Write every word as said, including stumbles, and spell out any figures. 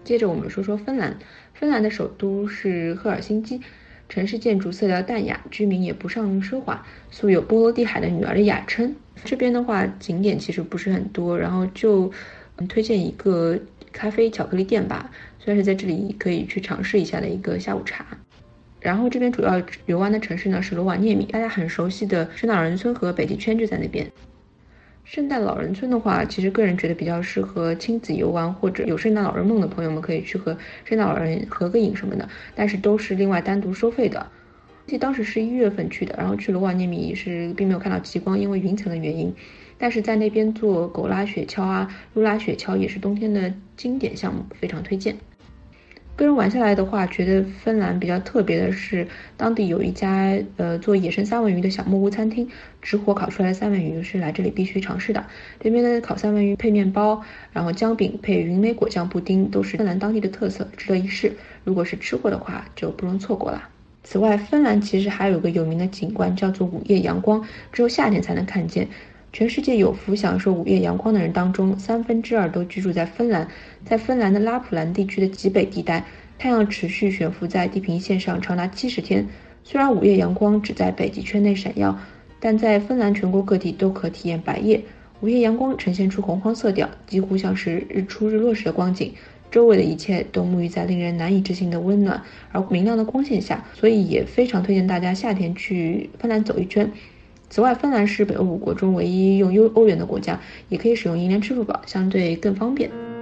接着我们说说芬兰，芬兰的首都是赫尔辛基，城市建筑色调淡雅，居民也不上奢华，素有波罗的海的女儿的雅称。这边的话景点其实不是很多，然后就、嗯、推荐一个咖啡巧克力店吧，算是在这里可以去尝试一下的一个下午茶。然后这边主要游玩的城市呢是罗瓦涅米，大家很熟悉的圣诞老人村和北极圈就在那边。圣诞老人村的话，其实个人觉得比较适合亲子游玩，或者有圣诞老人梦的朋友们可以去和圣诞老人合个影什么的，但是都是另外单独收费的。记得当时是一月份去的，然后去罗瓦涅米是并没有看到极光，因为云层的原因。但是在那边做狗拉雪橇啊、路拉雪橇也是冬天的经典项目，非常推荐。个人玩下来的话，觉得芬兰比较特别的是，当地有一家呃做野生三文鱼的小木屋餐厅，直火烤出来的三文鱼是来这里必须尝试的。这边的烤三文鱼配面包，然后姜饼配云莓果酱布丁，都是芬兰当地的特色，值得一试。如果是吃货的话，就不容错过了。此外，芬兰其实还有个有名的景观叫做午夜阳光，只有夏天才能看见。全世界有福享受午夜阳光的人当中，三分之二都居住在芬兰。在芬兰的拉普兰地区的极北地带，太阳持续悬浮在地平线上长达七十天。虽然午夜阳光只在北极圈内闪耀，但在芬兰全国各地都可体验白夜。午夜阳光呈现出红黄色调，几乎像是日出日落时的光景。周围的一切都沐浴在令人难以置信的温暖而明亮的光线下，所以也非常推荐大家夏天去芬兰走一圈。此外，芬兰是北欧五国中唯一用欧欧元的国家，也可以使用银联支付宝，相对更方便。